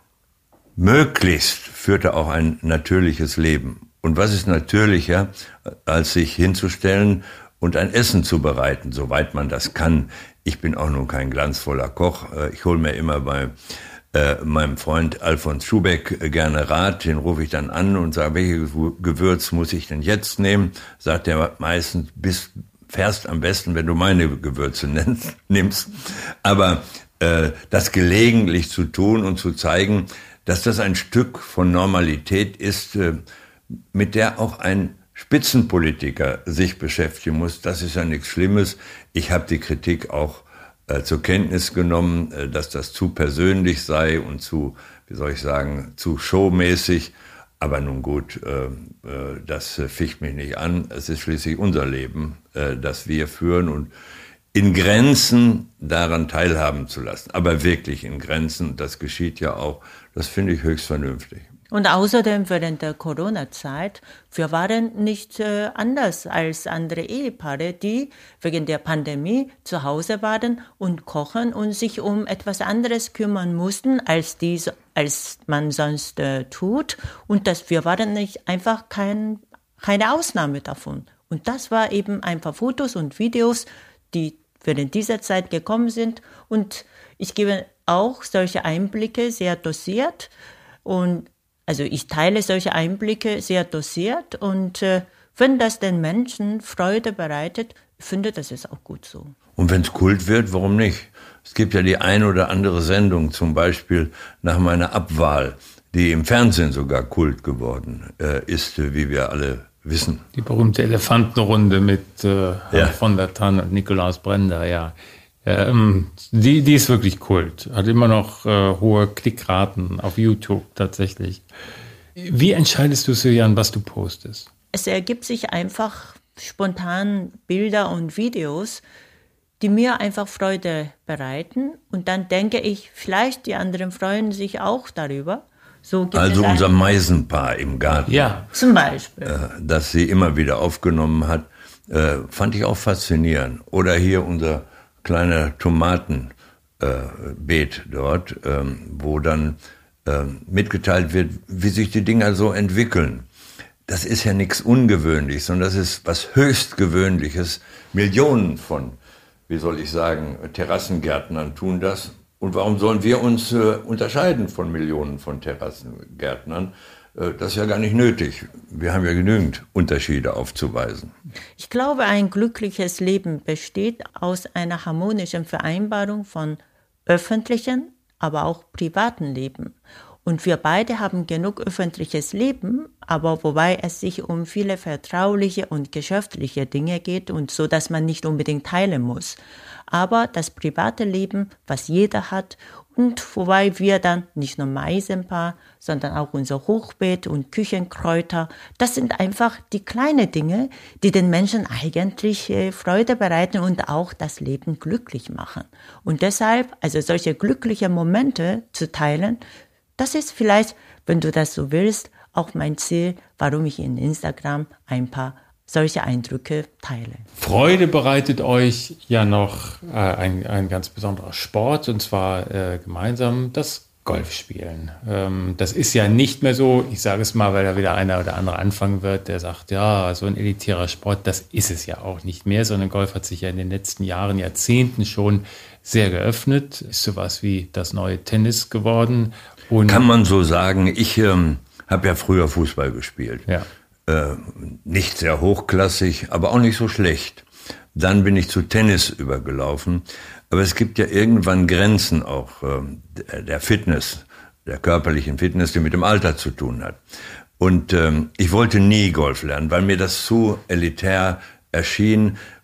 D: möglichst führt er auch ein natürliches Leben. Und was ist natürlicher, als sich hinzustellen und ein Essen zu bereiten, soweit man das kann. Ich bin auch nun kein glanzvoller Koch. Ich hole mir immer bei äh, meinem Freund Alfons Schubeck gerne Rat. Den rufe ich dann an und sage, welches Gewürz muss ich denn jetzt nehmen? Sagt er meistens, bist, fährst am besten, wenn du meine Gewürze nennst, nimmst. Aber äh, das gelegentlich zu tun und zu zeigen, dass das ein Stück von Normalität ist, äh, mit der auch ein Spitzenpolitiker sich beschäftigen muss, das ist ja nichts Schlimmes. Ich habe die Kritik auch äh, zur Kenntnis genommen, äh, dass das zu persönlich sei und zu, wie soll ich sagen, zu showmäßig. Aber nun gut, äh, äh, das äh, ficht mich nicht an. Es ist schließlich unser Leben, äh, das wir führen und in Grenzen daran teilhaben zu lassen. Aber wirklich in Grenzen, das geschieht ja auch, das finde ich höchst vernünftig.
C: Und außerdem während der Corona-Zeit, wir waren nicht äh, anders als andere Ehepaare, die wegen der Pandemie zu Hause waren und kochen und sich um etwas anderes kümmern mussten, als, die, als man sonst äh, tut. Und das, wir waren nicht einfach kein, keine Ausnahme davon. Und das war eben ein paar Fotos und Videos, die während dieser Zeit gekommen sind. Und ich gebe auch solche Einblicke sehr dosiert und Also ich teile solche Einblicke sehr dosiert und äh, wenn das den Menschen Freude bereitet, finde das ist auch gut so.
D: Und wenn es Kult wird, warum nicht? Es gibt ja die eine oder andere Sendung, zum Beispiel nach meiner Abwahl, die im Fernsehen sogar Kult geworden äh, ist, wie wir alle wissen.
B: Die berühmte Elefantenrunde mit äh,
D: ja.
B: von der Tann und Nikolaus Brender, ja. Ähm, die, die ist wirklich Kult. Hat immer noch äh, hohe Klickraten auf YouTube tatsächlich. Wie entscheidest du, Soyan, was du postest?
C: Es ergibt sich einfach spontan Bilder und Videos, die mir einfach Freude bereiten. Und dann denke ich, vielleicht die anderen freuen sich auch darüber. So gibt
D: also
C: es
D: unser Meisenpaar im Garten,
B: ja.
C: Zum Beispiel.
D: Äh, das sie immer wieder aufgenommen hat, äh, fand ich auch faszinierend. Oder hier unser kleiner Tomatenbeet äh, dort, ähm, wo dann äh, mitgeteilt wird, wie sich die Dinger so entwickeln. Das ist ja nichts Ungewöhnliches, sondern das ist was höchst Gewöhnliches. Millionen von, wie soll ich sagen, Terrassengärtnern tun das. Und warum sollen wir uns äh, unterscheiden von Millionen von Terrassengärtnern? Das ist ja gar nicht nötig. Wir haben ja genügend Unterschiede aufzuweisen.
C: Ich glaube, ein glückliches Leben besteht aus einer harmonischen Vereinbarung von öffentlichen, aber auch privaten Leben. Und wir beide haben genug öffentliches Leben, aber wobei es sich um viele vertrauliche und geschäftliche Dinge geht und so, dass man nicht unbedingt teilen muss. Aber das private Leben, was jeder hat, und wobei wir dann nicht nur Meisenpaar, sondern auch unser Hochbeet und Küchenkräuter, das sind einfach die kleinen Dinge, die den Menschen eigentlich äh, Freude bereiten und auch das Leben glücklich machen. Und deshalb, also solche glücklichen Momente zu teilen, das ist vielleicht, wenn du das so willst, auch mein Ziel, warum ich in Instagram ein paar solche Eindrücke teile.
B: Freude bereitet euch ja noch äh, ein, ein ganz besonderer Sport, und zwar äh, gemeinsam das Golfspielen. Ähm, das ist ja nicht mehr so, ich sage es mal, weil da wieder einer oder andere anfangen wird, der sagt, ja, so ein elitärer Sport, das ist es ja auch nicht mehr, sondern Golf hat sich ja in den letzten Jahren, Jahrzehnten schon sehr geöffnet, ist sowas wie das neue Tennis geworden. Und
D: kann man so sagen, ich ähm, habe ja früher Fußball gespielt.
B: Ja.
D: Äh, nicht sehr hochklassig, aber auch nicht so schlecht. Dann bin ich zu Tennis übergelaufen. Aber es gibt ja irgendwann Grenzen auch äh, der Fitness, der körperlichen Fitness, die mit dem Alter zu tun hat. Und ähm, ich wollte nie Golf lernen, weil mir das zu elitär erschien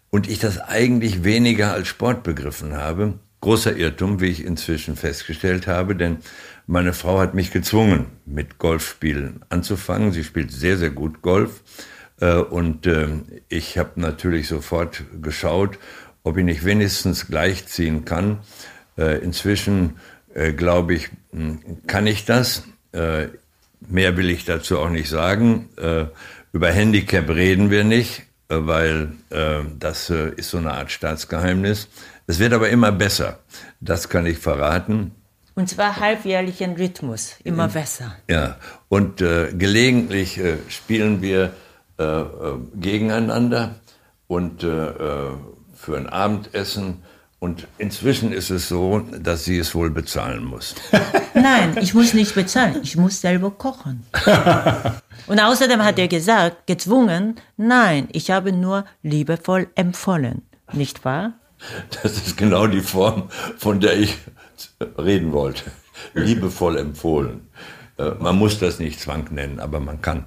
D: und ich das eigentlich weniger als Sport begriffen habe. Großer Irrtum, wie ich inzwischen festgestellt habe, denn meine Frau hat mich gezwungen, mit Golfspielen anzufangen. Sie spielt sehr, sehr gut Golf. Und ich habe natürlich sofort geschaut, ob ich nicht wenigstens gleichziehen kann. Inzwischen, glaube ich, kann ich das. Mehr will ich dazu auch nicht sagen. Über Handicap reden wir nicht, weil das ist so eine Art Staatsgeheimnis. Es wird aber immer besser, das kann ich verraten.
C: Und zwar halbjährlichen Rhythmus, immer besser.
D: Ja, und äh, gelegentlich äh, spielen wir äh, äh, gegeneinander und äh, für ein Abendessen. Und inzwischen ist es so, dass sie es wohl bezahlen muss.
C: Nein, ich muss nicht bezahlen, ich muss selber kochen. Und außerdem hat er gesagt, gezwungen, nein, ich habe nur liebevoll empfohlen, nicht wahr?
D: Das ist genau die Form, von der ich reden wollte. Liebevoll empfohlen. Man muss das nicht Zwang nennen, aber man kann.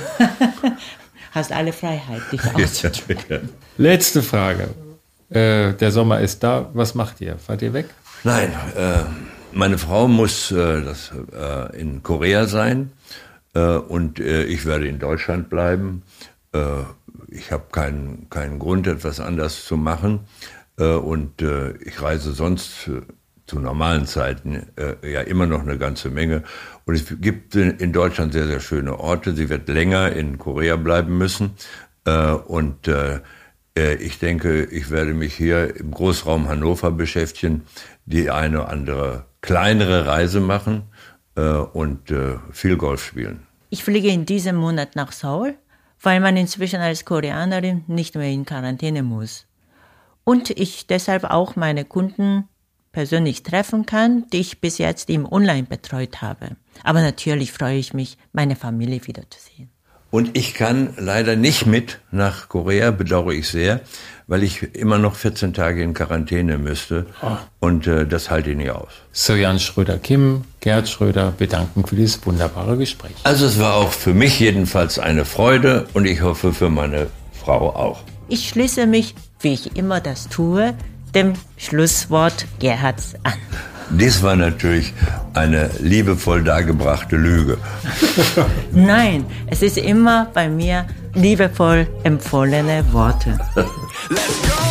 C: Hast alle Freiheit, dich auszudrücken.
B: Letzte Frage. Äh, der Sommer ist da. Was macht ihr? Fahrt ihr weg?
D: Nein, äh, meine Frau muss äh, das, äh, in Korea sein äh, und äh, ich werde in Deutschland bleiben. Äh, ich habe keinen, keinen Grund, etwas anders zu machen. Und äh, ich reise sonst äh, zu normalen Zeiten äh, ja immer noch eine ganze Menge. Und es gibt in, in Deutschland sehr, sehr schöne Orte. Sie wird länger in Korea bleiben müssen. Äh, und äh, ich denke, ich werde mich hier im Großraum Hannover beschäftigen, die eine oder andere kleinere Reise machen äh, und äh, viel Golf spielen.
C: Ich fliege in diesem Monat nach Seoul, weil man inzwischen als Koreanerin nicht mehr in Quarantäne muss. Und ich deshalb auch meine Kunden persönlich treffen kann, die ich bis jetzt im Online betreut habe. Aber natürlich freue ich mich, meine Familie wiederzusehen.
D: Und ich kann leider nicht mit nach Korea, bedauere ich sehr, weil ich immer noch vierzehn Tage in Quarantäne müsste. Oh. Und äh, das halte ich nicht aus.
B: So-Jan Schröder-Kim, Gerhard Schröder bedanken für dieses wunderbare Gespräch.
D: Also es war auch für mich jedenfalls eine Freude und ich hoffe für meine Frau auch.
C: Ich schließe mich, wie ich immer das tue, dem Schlusswort Gerhards an.
D: Dies war natürlich eine liebevoll dargebrachte Lüge.
C: Nein, es ist immer bei mir liebevoll empfohlene Worte.
E: Let's go!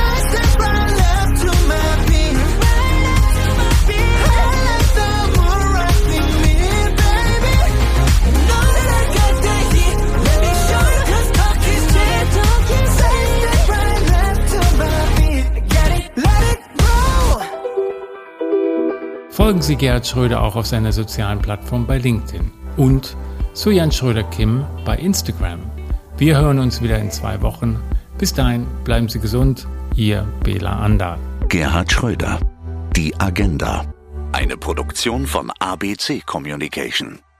B: Folgen Sie Gerhard Schröder auch auf seiner sozialen Plattform bei LinkedIn und So-Jan Schröder-Kim bei Instagram. Wir hören uns wieder in zwei Wochen. Bis dahin, bleiben Sie gesund. Ihr Bela Ander.
A: Gerhard Schröder. Die Agenda. Eine Produktion von A B C Communication.